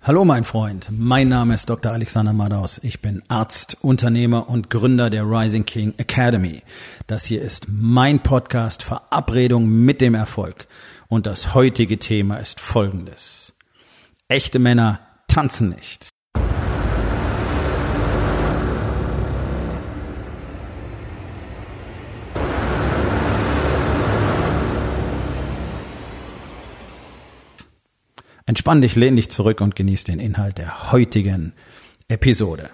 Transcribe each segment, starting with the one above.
Hallo mein Freund, mein Name ist Dr. Alexander Madaus. Ich bin Arzt, Unternehmer und Gründer der Rising King Academy. Das hier ist mein Podcast Verabredung mit dem Erfolg. Und das heutige Thema ist folgendes. Echte Männer tanzen nicht. Entspann dich, lehn dich zurück und genieß den Inhalt der heutigen Episode.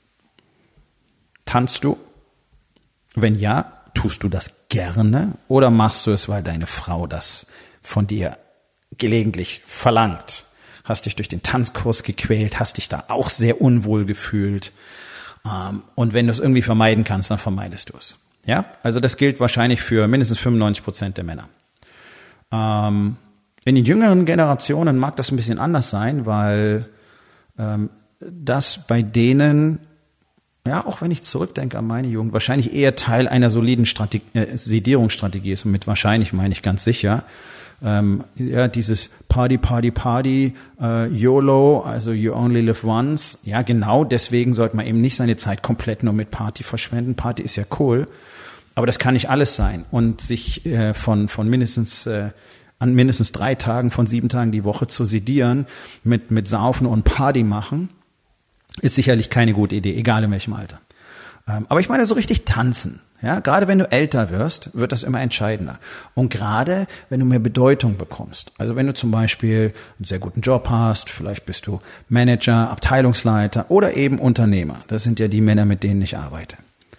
Tanzt du? Wenn ja, tust du das gerne oder machst du es, weil deine Frau das von dir gelegentlich verlangt? Hast dich durch den Tanzkurs gequält, hast dich da auch sehr unwohl gefühlt. Und wenn du es irgendwie vermeiden kannst, dann vermeidest du es. Ja? Also das gilt wahrscheinlich für mindestens 95% der Männer. In den jüngeren Generationen mag das ein bisschen anders sein, weil das bei denen, ja, auch wenn ich zurückdenke an meine Jugend, wahrscheinlich eher Teil einer soliden Sedierungsstrategie ist. Und mit wahrscheinlich meine ich ganz sicher. Ja, dieses Party, YOLO, also you only live once. Ja, genau, deswegen sollte man eben nicht seine Zeit komplett nur mit Party verschwenden. Party ist ja cool, aber das kann nicht alles sein. Und sich von mindestens an mindestens 3 Tagen von 7 Tagen die Woche zu sedieren, mit Saufen und Party machen, ist sicherlich keine gute Idee, egal in welchem Alter. Aber ich meine, so richtig tanzen, ja, gerade wenn du älter wirst, wird das immer entscheidender. Und gerade wenn du mehr Bedeutung bekommst, also wenn du zum Beispiel einen sehr guten Job hast, vielleicht bist du Manager, Abteilungsleiter oder eben Unternehmer. Das sind ja die Männer, mit denen ich arbeite.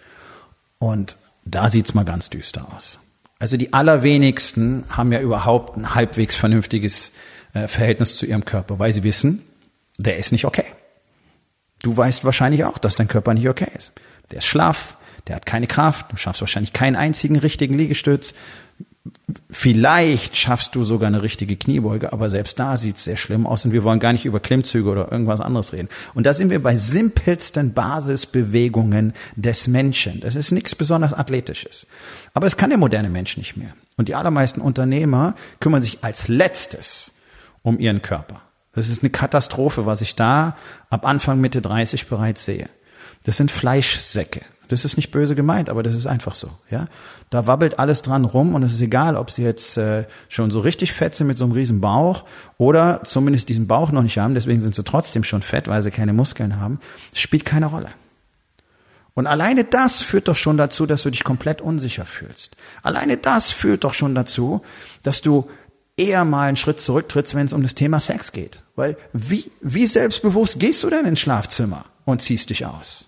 Und da sieht's mal ganz düster aus. Also die allerwenigsten haben ja überhaupt ein halbwegs vernünftiges Verhältnis zu ihrem Körper, weil sie wissen, der ist nicht okay. Du weißt wahrscheinlich auch, dass dein Körper nicht okay ist. Der ist schlaff, der hat keine Kraft, du schaffst wahrscheinlich keinen einzigen richtigen Liegestütz. Vielleicht schaffst du sogar eine richtige Kniebeuge, aber selbst da sieht's sehr schlimm aus und wir wollen gar nicht über Klimmzüge oder irgendwas anderes reden. Und da sind wir bei simpelsten Basisbewegungen des Menschen. Das ist nichts besonders Athletisches. Aber es kann der moderne Mensch nicht mehr. Und die allermeisten Unternehmer kümmern sich als letztes um ihren Körper. Das ist eine Katastrophe, was ich da ab Anfang, Mitte 30 bereits sehe. Das sind Fleischsäcke. Das ist nicht böse gemeint, aber das ist einfach so. Ja, da wabbelt alles dran rum und es ist egal, ob sie jetzt schon so richtig fett sind mit so einem riesen Bauch oder zumindest diesen Bauch noch nicht haben. Deswegen sind sie trotzdem schon fett, weil sie keine Muskeln haben. Das spielt keine Rolle. Und alleine das führt doch schon dazu, dass du dich komplett unsicher fühlst. Alleine das führt doch schon dazu, dass du eher mal einen Schritt zurücktrittst, wenn es um das Thema Sex geht. Weil wie selbstbewusst gehst du denn ins Schlafzimmer und ziehst dich aus?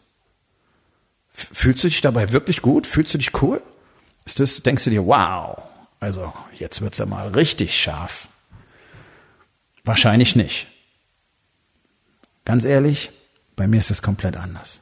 Fühlst du dich dabei wirklich gut? Fühlst du dich cool? Denkst du dir, wow, also jetzt wird's ja mal richtig scharf? Wahrscheinlich nicht. Ganz ehrlich, bei mir ist es komplett anders.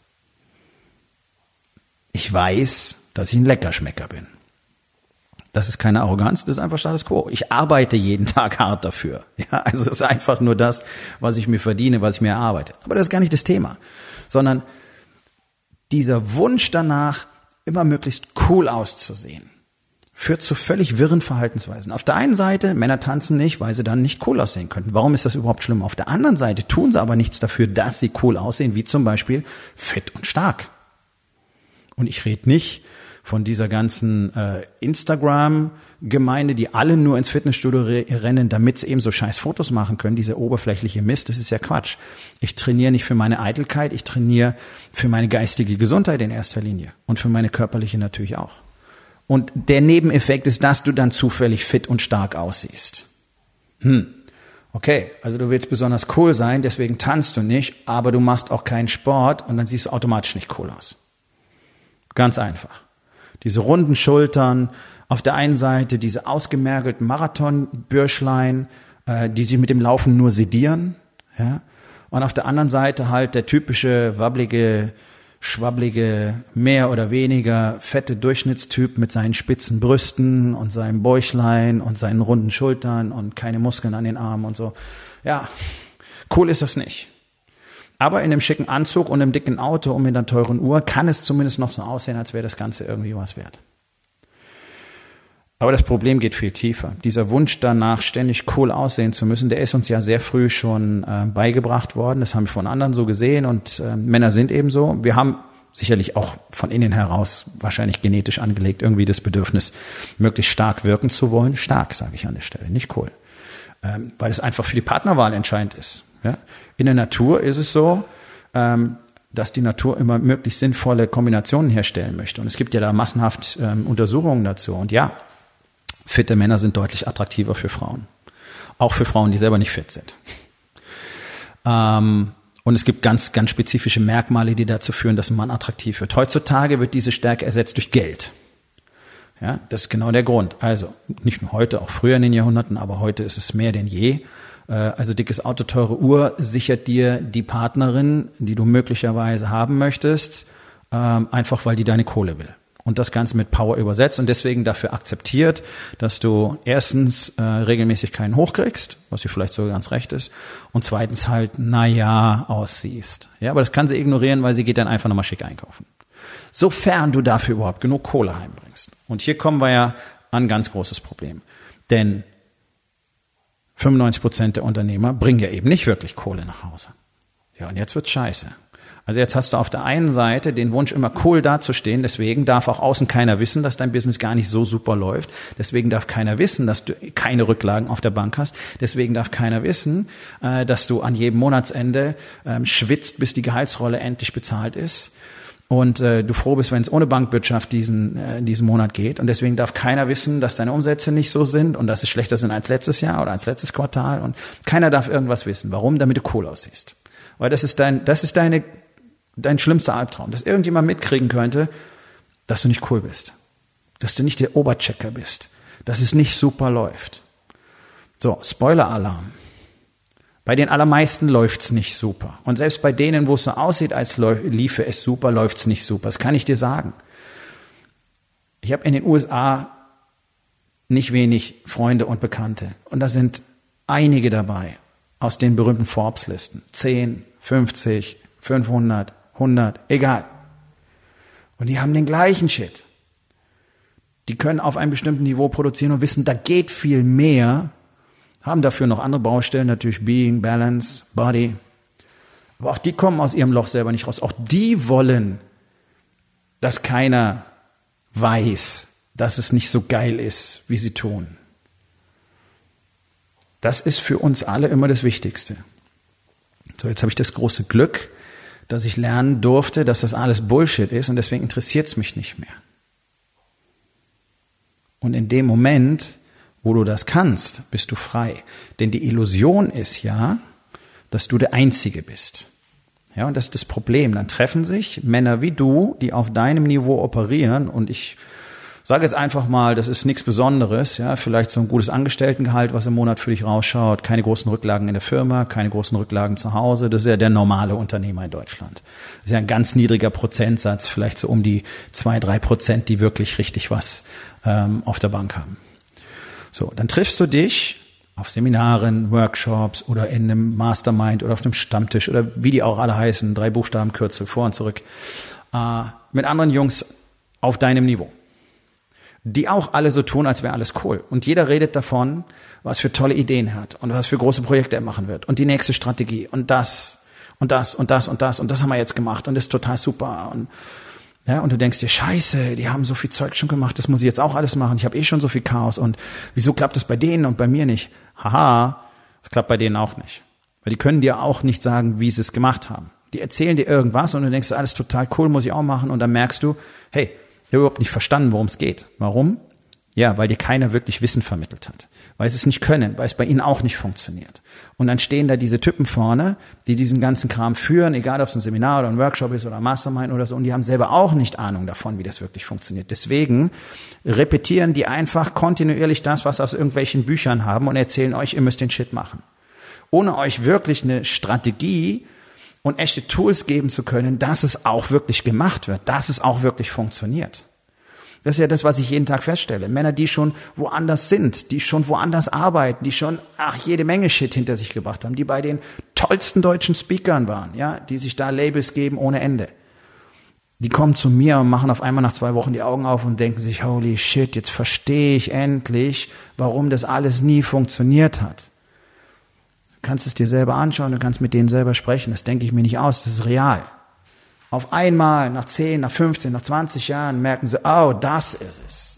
Ich weiß, dass ich ein Leckerschmecker bin. Das ist keine Arroganz, das ist einfach Status Quo. Ich arbeite jeden Tag hart dafür. Ja, also es ist einfach nur das, was ich mir verdiene, was ich mir erarbeite. Aber das ist gar nicht das Thema, sondern dieser Wunsch danach, immer möglichst cool auszusehen, führt zu völlig wirren Verhaltensweisen. Auf der einen Seite, Männer tanzen nicht, weil sie dann nicht cool aussehen könnten. Warum ist das überhaupt schlimm? Auf der anderen Seite tun sie aber nichts dafür, dass sie cool aussehen, wie zum Beispiel fit und stark. Und ich rede nicht von dieser ganzen Instagram-Gemeinde, die alle nur ins Fitnessstudio rennen, damit sie eben so scheiß Fotos machen können, diese oberflächliche Mist, das ist ja Quatsch. Ich trainiere nicht für meine Eitelkeit, ich trainiere für meine geistige Gesundheit in erster Linie und für meine körperliche natürlich auch. Und der Nebeneffekt ist, dass du dann zufällig fit und stark aussiehst. Okay, also du willst besonders cool sein, deswegen tanzt du nicht, aber du machst auch keinen Sport und dann siehst du automatisch nicht cool aus. Ganz einfach. Diese runden Schultern, auf der einen Seite diese ausgemergelten Marathonbürschlein, die sich mit dem Laufen nur sedieren, ja, und auf der anderen Seite halt der typische wabbelige, schwabbelige, mehr oder weniger fette Durchschnittstyp mit seinen spitzen Brüsten und seinem Bäuchlein und seinen runden Schultern und keine Muskeln an den Armen und so. Ja, cool ist das nicht. Aber in einem schicken Anzug und einem dicken Auto und mit einer teuren Uhr kann es zumindest noch so aussehen, als wäre das Ganze irgendwie was wert. Aber das Problem geht viel tiefer. Dieser Wunsch danach, ständig cool aussehen zu müssen, der ist uns ja sehr früh schon beigebracht worden. Das haben wir von anderen so gesehen und Männer sind eben so. Wir haben sicherlich auch von innen heraus wahrscheinlich genetisch angelegt, irgendwie das Bedürfnis, möglichst stark wirken zu wollen. Stark, sage ich an der Stelle, nicht cool. Weil es einfach für die Partnerwahl entscheidend ist. Ja? In der Natur ist es so, dass die Natur immer möglichst sinnvolle Kombinationen herstellen möchte. Und es gibt ja da massenhaft Untersuchungen dazu. Und ja, fitte Männer sind deutlich attraktiver für Frauen. Auch für Frauen, die selber nicht fit sind. Und es gibt ganz, ganz spezifische Merkmale, die dazu führen, dass ein Mann attraktiv wird. Heutzutage wird diese Stärke ersetzt durch Geld. Ja, das ist genau der Grund. Also nicht nur heute, auch früher in den Jahrhunderten, aber heute ist es mehr denn je. Also dickes Auto, teure Uhr sichert dir die Partnerin, die du möglicherweise haben möchtest, einfach weil die deine Kohle will. Und das Ganze mit Power übersetzt und deswegen dafür akzeptiert, dass du erstens regelmäßig keinen hochkriegst, was dir vielleicht sogar ganz recht ist, und zweitens halt, aussiehst. Ja, aber das kann sie ignorieren, weil sie geht dann einfach nochmal schick einkaufen. Sofern du dafür überhaupt genug Kohle heimbringst. Und hier kommen wir ja an ein ganz großes Problem. Denn 95% der Unternehmer bringen ja eben nicht wirklich Kohle nach Hause. Ja, und jetzt wird's scheiße. Also jetzt hast du auf der einen Seite den Wunsch, immer cool dazustehen. Deswegen darf auch außen keiner wissen, dass dein Business gar nicht so super läuft. Deswegen darf keiner wissen, dass du keine Rücklagen auf der Bank hast. Deswegen darf keiner wissen, dass du an jedem Monatsende schwitzt, bis die Gehaltsrolle endlich bezahlt ist. Und du froh bist, wenn es ohne Bankwirtschaft diesen Monat geht. Und deswegen darf keiner wissen, dass deine Umsätze nicht so sind und dass es schlechter sind als letztes Jahr oder als letztes Quartal. Und keiner darf irgendwas wissen. Warum? Damit du cool aussiehst. Weil das ist dein schlimmster Albtraum, dass irgendjemand mitkriegen könnte, dass du nicht cool bist, dass du nicht der Oberchecker bist, dass es nicht super läuft. So, Spoiler-Alarm. Bei den allermeisten läuft's nicht super. Und selbst bei denen, wo es so aussieht, als liefe es super, läuft's nicht super. Das kann ich dir sagen. Ich habe in den USA nicht wenig Freunde und Bekannte. Und da sind einige dabei aus den berühmten Forbes-Listen. 10, 50, 500, 100, egal. Und die haben den gleichen Shit. Die können auf einem bestimmten Niveau produzieren und wissen, da geht viel mehr, haben dafür noch andere Baustellen, natürlich Being, Balance, Body. Aber auch die kommen aus ihrem Loch selber nicht raus. Auch die wollen, dass keiner weiß, dass es nicht so geil ist, wie sie tun. Das ist für uns alle immer das Wichtigste. So, jetzt habe ich das große Glück, dass ich lernen durfte, dass das alles Bullshit ist und deswegen interessiert es mich nicht mehr. Und in dem Moment, wo du das kannst, bist du frei. Denn die Illusion ist ja, dass du der Einzige bist. Ja, und das ist das Problem. Dann treffen sich Männer wie du, die auf deinem Niveau operieren und ich sage jetzt einfach mal, das ist nichts Besonderes, ja, vielleicht so ein gutes Angestelltengehalt, was im Monat für dich rausschaut, keine großen Rücklagen in der Firma, keine großen Rücklagen zu Hause, das ist ja der normale Unternehmer in Deutschland. Das ist ja ein ganz niedriger Prozentsatz, vielleicht so um die 2-3%, die wirklich richtig was auf der Bank haben. So, dann triffst du dich auf Seminaren, Workshops oder in einem Mastermind oder auf einem Stammtisch oder wie die auch alle heißen, 3 Buchstabenkürzel vor und zurück, mit anderen Jungs auf deinem Niveau. Die auch alle so tun, als wäre alles cool. Und jeder redet davon, was für tolle Ideen er hat und was für große Projekte er machen wird. Und die nächste Strategie und das und das und das und das und das haben wir jetzt gemacht und das ist total super. Und, ja, und du denkst dir, scheiße, die haben so viel Zeug schon gemacht, das muss ich jetzt auch alles machen. Ich habe eh schon so viel Chaos und wieso klappt das bei denen und bei mir nicht? Haha, das klappt bei denen auch nicht. Weil die können dir auch nicht sagen, wie sie es gemacht haben. Die erzählen dir irgendwas und du denkst, alles total cool, muss ich auch machen. Und dann merkst du, hey, ich habe überhaupt nicht verstanden, worum es geht. Warum? Ja, weil dir keiner wirklich Wissen vermittelt hat. Weil sie es nicht können, weil es bei ihnen auch nicht funktioniert. Und dann stehen da diese Typen vorne, die diesen ganzen Kram führen, egal ob es ein Seminar oder ein Workshop ist oder ein Mastermind oder so, und die haben selber auch nicht Ahnung davon, wie das wirklich funktioniert. Deswegen repetieren die einfach kontinuierlich das, was sie aus irgendwelchen Büchern haben und erzählen euch, ihr müsst den Shit machen. Ohne euch wirklich eine Strategie und echte Tools geben zu können, dass es auch wirklich gemacht wird, dass es auch wirklich funktioniert. Das ist ja das, was ich jeden Tag feststelle. Männer, die schon woanders sind, die schon woanders arbeiten, die schon jede Menge Shit hinter sich gebracht haben, die bei den tollsten deutschen Speakern waren, ja, die sich da Labels geben ohne Ende. Die kommen zu mir und machen auf einmal nach 2 Wochen die Augen auf und denken sich, holy shit, jetzt verstehe ich endlich, warum das alles nie funktioniert hat. Du kannst es dir selber anschauen, du kannst mit denen selber sprechen. Das denke ich mir nicht aus, das ist real. Auf einmal, nach 10, nach 15, nach 20 Jahren merken sie, oh, das ist es.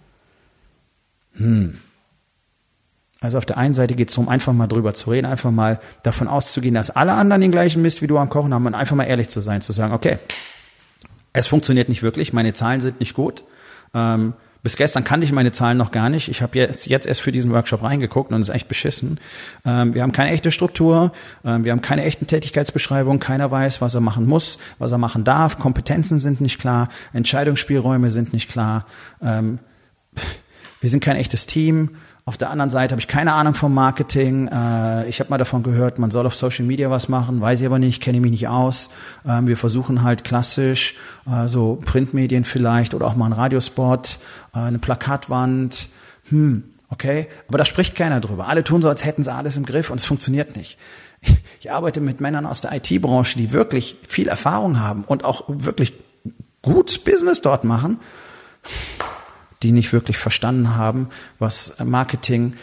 Also auf der einen Seite geht es darum, einfach mal drüber zu reden, einfach mal davon auszugehen, dass alle anderen den gleichen Mist wie du am Kochen haben und einfach mal ehrlich zu sein, zu sagen, okay, es funktioniert nicht wirklich, meine Zahlen sind nicht gut. Bis gestern kannte ich meine Zahlen noch gar nicht. Ich habe jetzt erst für diesen Workshop reingeguckt und es ist echt beschissen. Wir haben keine echte Struktur, wir haben keine echten Tätigkeitsbeschreibungen, keiner weiß, was er machen muss, was er machen darf, Kompetenzen sind nicht klar, Entscheidungsspielräume sind nicht klar, wir sind kein echtes Team. Auf der anderen Seite habe ich keine Ahnung vom Marketing. Ich habe mal davon gehört, man soll auf Social Media was machen, weiß ich aber nicht, kenne mich nicht aus. Wir versuchen halt klassisch so Printmedien vielleicht oder auch mal einen Radiospot, eine Plakatwand. Okay, aber da spricht keiner drüber. Alle tun so, als hätten sie alles im Griff und es funktioniert nicht. Ich arbeite mit Männern aus der IT-Branche, die wirklich viel Erfahrung haben und auch wirklich gut Business dort machen, die nicht wirklich verstanden haben, was Marketing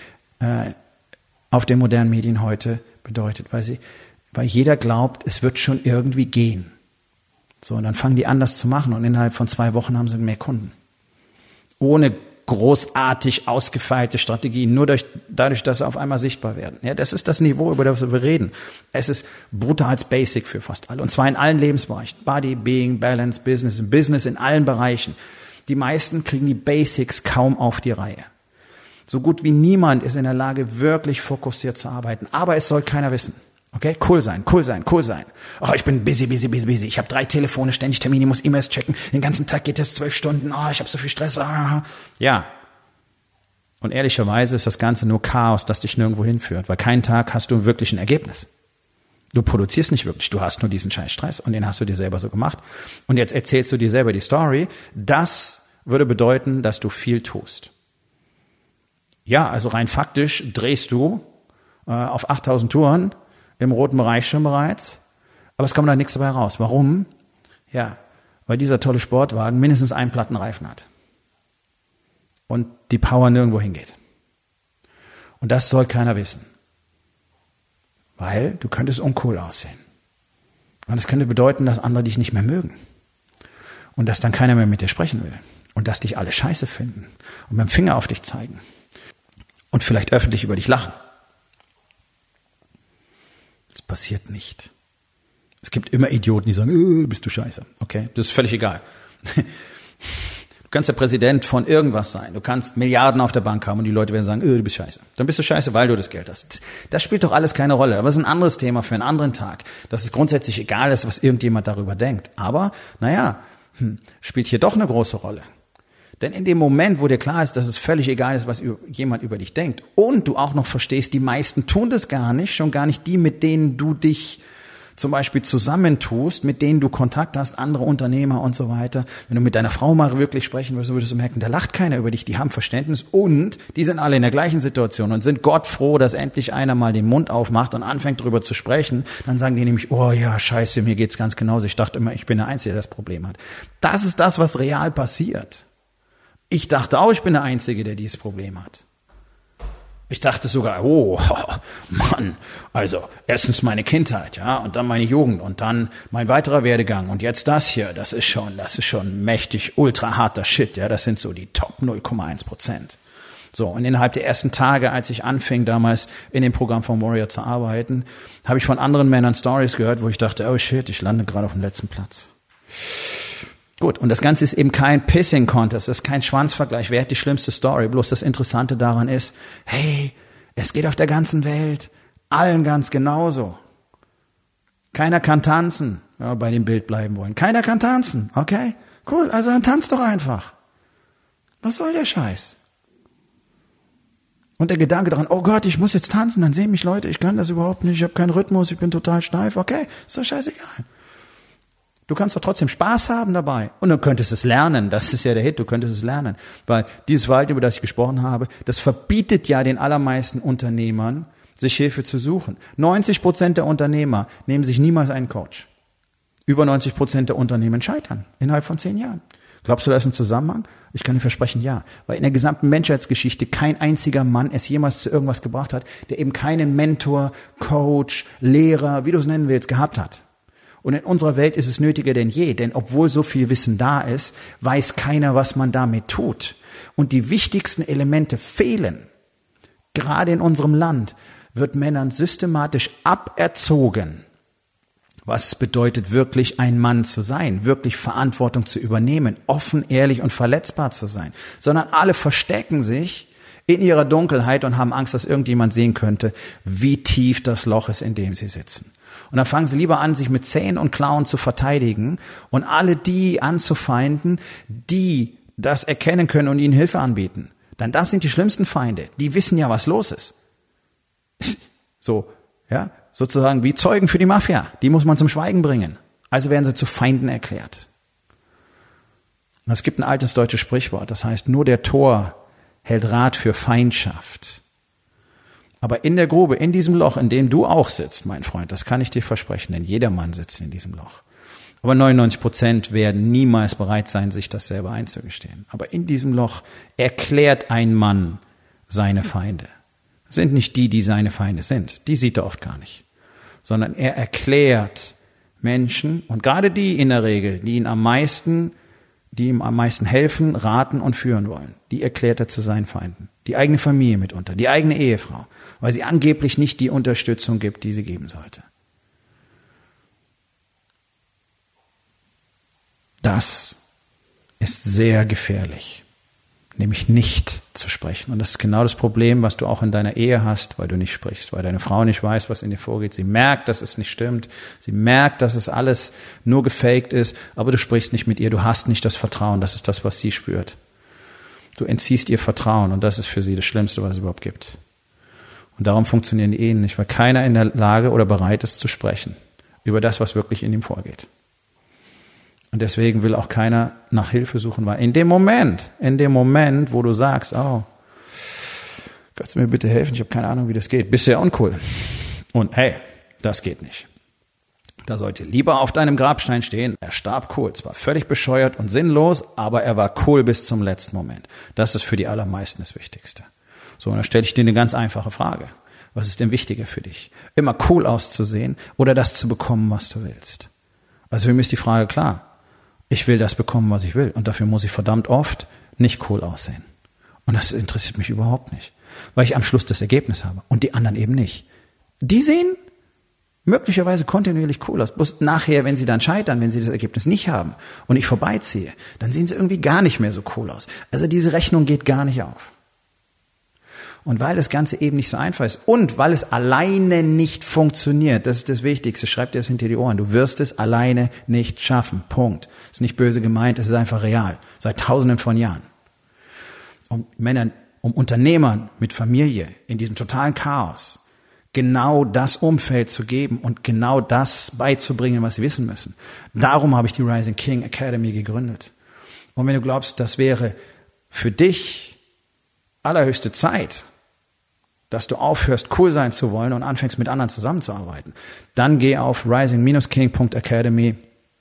auf den modernen Medien heute bedeutet, weil jeder glaubt, es wird schon irgendwie gehen. So, und dann fangen die an, das zu machen und innerhalb von 2 Wochen haben sie mehr Kunden. Ohne großartig ausgefeilte Strategien, nur dadurch, dass sie auf einmal sichtbar werden. Ja, das ist das Niveau, über das wir reden. Es ist brutal basic für fast alle. Und zwar in allen Lebensbereichen. Body, Being, Balance, Business in allen Bereichen. Die meisten kriegen die Basics kaum auf die Reihe. So gut wie niemand ist in der Lage, wirklich fokussiert zu arbeiten. Aber es soll keiner wissen. Okay? Cool sein. Oh, ich bin busy. Ich habe 3 Telefone, ständig Termine, muss E-Mails checken. Den ganzen Tag geht es 12 Stunden. Oh, ich habe so viel Stress. Ja. Und ehrlicherweise ist das Ganze nur Chaos, das dich nirgendwo hinführt. Weil keinen Tag hast du wirklich ein Ergebnis. Du produzierst nicht wirklich, du hast nur diesen scheiß Stress und den hast du dir selber so gemacht. Und jetzt erzählst du dir selber die Story. Das würde bedeuten, dass du viel tust. Ja, also rein faktisch drehst du auf 8000 Touren im roten Bereich schon bereits, aber es kommt da nichts dabei raus. Warum? Ja, weil dieser tolle Sportwagen mindestens einen Plattenreifen hat und die Power nirgendwo hingeht. Und das soll keiner wissen. Weil du könntest uncool aussehen. Und das könnte bedeuten, dass andere dich nicht mehr mögen. Und dass dann keiner mehr mit dir sprechen will. Und dass dich alle scheiße finden. Und mit dem Finger auf dich zeigen. Und vielleicht öffentlich über dich lachen. Das passiert nicht. Es gibt immer Idioten, die sagen, bist du scheiße. Okay, das ist völlig egal. Du kannst der Präsident von irgendwas sein. Du kannst Milliarden auf der Bank haben und die Leute werden sagen, du bist scheiße. Dann bist du scheiße, weil du das Geld hast. Das spielt doch alles keine Rolle. Aber das ist ein anderes Thema für einen anderen Tag. Dass es grundsätzlich egal ist, was irgendjemand darüber denkt. Aber, spielt hier doch eine große Rolle. Denn in dem Moment, wo dir klar ist, dass es völlig egal ist, was jemand über dich denkt und du auch noch verstehst, die meisten tun das gar nicht, schon gar nicht die, mit denen du dich zum Beispiel zusammentust, mit denen du Kontakt hast, andere Unternehmer und so weiter. Wenn du mit deiner Frau mal wirklich sprechen würdest du merken, da lacht keiner über dich, die haben Verständnis und die sind alle in der gleichen Situation und sind Gott froh, dass endlich einer mal den Mund aufmacht und anfängt drüber zu sprechen. Dann sagen die nämlich, oh ja, scheiße, mir geht's ganz genauso. Ich dachte immer, ich bin der Einzige, der das Problem hat. Das ist das, was real passiert. Ich dachte auch, ich bin der Einzige, der dieses Problem hat. Ich dachte sogar, oh Mann, also erstens meine Kindheit, ja, und dann meine Jugend und dann mein weiterer Werdegang und jetzt das hier, das ist schon mächtig ultra harter Shit, ja, das sind so die Top 0,1%. So, und innerhalb der ersten Tage, als ich anfing, damals in dem Programm von Warrior zu arbeiten, habe ich von anderen Männern Stories gehört, wo ich dachte, oh shit, ich lande gerade auf dem letzten Platz. Gut, und das Ganze ist eben kein Pissing-Contest, das ist kein Schwanzvergleich, wer hat die schlimmste Story, bloß das Interessante daran ist, hey, es geht auf der ganzen Welt allen ganz genauso. Keiner kann tanzen, wenn wir bei dem Bild bleiben wollen. Keiner kann tanzen, okay? Cool, also dann tanzt doch einfach. Was soll der Scheiß? Und der Gedanke daran, oh Gott, ich muss jetzt tanzen, dann sehen mich Leute, ich kann das überhaupt nicht, ich habe keinen Rhythmus, ich bin total steif, okay, ist doch scheißegal. Du kannst doch trotzdem Spaß haben dabei. Und du könntest es lernen. Das ist ja der Hit. Du könntest es lernen. Weil dieses Verhalten, über das ich gesprochen habe, das verbietet ja den allermeisten Unternehmern, sich Hilfe zu suchen. 90% der Unternehmer nehmen sich niemals einen Coach. über 90% der Unternehmen scheitern innerhalb von 10 Jahren. Glaubst du, da ist ein Zusammenhang? Ich kann dir versprechen, ja. Weil in der gesamten Menschheitsgeschichte kein einziger Mann es jemals zu irgendwas gebracht hat, der eben keinen Mentor, Coach, Lehrer, wie du es nennen willst, gehabt hat. Und in unserer Welt ist es nötiger denn je, denn obwohl so viel Wissen da ist, weiß keiner, was man damit tut. Und die wichtigsten Elemente fehlen. Gerade in unserem Land wird Männern systematisch aberzogen, was es bedeutet, wirklich ein Mann zu sein, wirklich Verantwortung zu übernehmen, offen, ehrlich und verletzbar zu sein. Sondern alle verstecken sich in ihrer Dunkelheit und haben Angst, dass irgendjemand sehen könnte, wie tief das Loch ist, in dem sie sitzen. Und dann fangen sie lieber an, sich mit Zähnen und Klauen zu verteidigen und alle die anzufeinden, die das erkennen können und ihnen Hilfe anbieten. Denn das sind die schlimmsten Feinde. Die wissen ja, was los ist. So, ja, sozusagen wie Zeugen für die Mafia. Die muss man zum Schweigen bringen. Also werden sie zu Feinden erklärt. Und es gibt ein altes deutsches Sprichwort, das heißt, nur der Tor hält Rat für Feindschaft. Aber in der Grube, in diesem Loch, in dem du auch sitzt, mein Freund, das kann ich dir versprechen, denn jeder Mann sitzt in diesem Loch. Aber 99% werden niemals bereit sein, sich das selber einzugestehen. Aber in diesem Loch erklärt ein Mann seine Feinde. Das sind nicht die, die seine Feinde sind. Die sieht er oft gar nicht. Sondern er erklärt Menschen, und gerade die in der Regel, die ihm am meisten helfen, raten und führen wollen, die erklärt er zu seinen Feinden. Die eigene Familie mitunter, die eigene Ehefrau, weil sie angeblich nicht die Unterstützung gibt, die sie geben sollte. Das ist sehr gefährlich, nämlich nicht zu sprechen. Und das ist genau das Problem, was du auch in deiner Ehe hast, weil du nicht sprichst, weil deine Frau nicht weiß, was in dir vorgeht. Sie merkt, dass es nicht stimmt. Sie merkt, dass es alles nur gefaked ist, aber du sprichst nicht mit ihr. Du hast nicht das Vertrauen. Das ist das, was sie spürt. Du entziehst ihr Vertrauen und das ist für sie das Schlimmste, was es überhaupt gibt. Und darum funktionieren die Ehen nicht, weil keiner in der Lage oder bereit ist zu sprechen über das, was wirklich in ihm vorgeht. Und deswegen will auch keiner nach Hilfe suchen, weil in dem Moment, wo du sagst, oh, kannst du mir bitte helfen, ich habe keine Ahnung, wie das geht, bist du ja uncool. Und hey, das geht nicht. Da sollte lieber auf deinem Grabstein stehen, er starb cool, zwar völlig bescheuert und sinnlos, aber er war cool bis zum letzten Moment. Das ist für die allermeisten das Wichtigste. So, und dann stelle ich dir eine ganz einfache Frage. Was ist denn wichtiger für dich? Immer cool auszusehen oder das zu bekommen, was du willst? Also für mich ist die Frage klar. Ich will das bekommen, was ich will. Und dafür muss ich verdammt oft nicht cool aussehen. Und das interessiert mich überhaupt nicht. Weil ich am Schluss das Ergebnis habe. Und die anderen eben nicht. Die sehen möglicherweise kontinuierlich cool aus. Bloß nachher, wenn sie dann scheitern, wenn sie das Ergebnis nicht haben und ich vorbeiziehe, dann sehen sie irgendwie gar nicht mehr so cool aus. Also diese Rechnung geht gar nicht auf. Und weil das Ganze eben nicht so einfach ist und weil es alleine nicht funktioniert, das ist das Wichtigste, schreib dir das hinter die Ohren, du wirst es alleine nicht schaffen, Punkt. Ist nicht böse gemeint, es ist einfach real, seit Tausenden von Jahren. Um Männern, um Unternehmern mit Familie in diesem totalen Chaos genau das Umfeld zu geben und genau das beizubringen, was sie wissen müssen. Darum habe ich die Rising King Academy gegründet. Und wenn du glaubst, das wäre für dich allerhöchste Zeit, dass du aufhörst, cool sein zu wollen und anfängst, mit anderen zusammenzuarbeiten, dann geh auf rising-king.academy.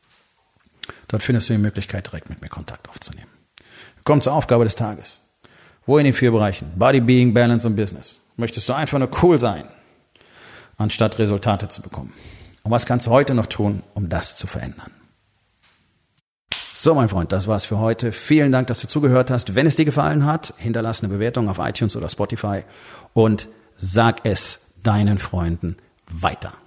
Dort findest du die Möglichkeit, direkt mit mir Kontakt aufzunehmen. Wir kommen zur Aufgabe des Tages. Wo in den 4 Bereichen? Body, Being, Balance und Business. Möchtest du einfach nur cool sein, anstatt Resultate zu bekommen? Und was kannst du heute noch tun, um das zu verändern? So, mein Freund, das war's für heute. Vielen Dank, dass du zugehört hast. Wenn es dir gefallen hat, hinterlass eine Bewertung auf iTunes oder Spotify und sag es deinen Freunden weiter.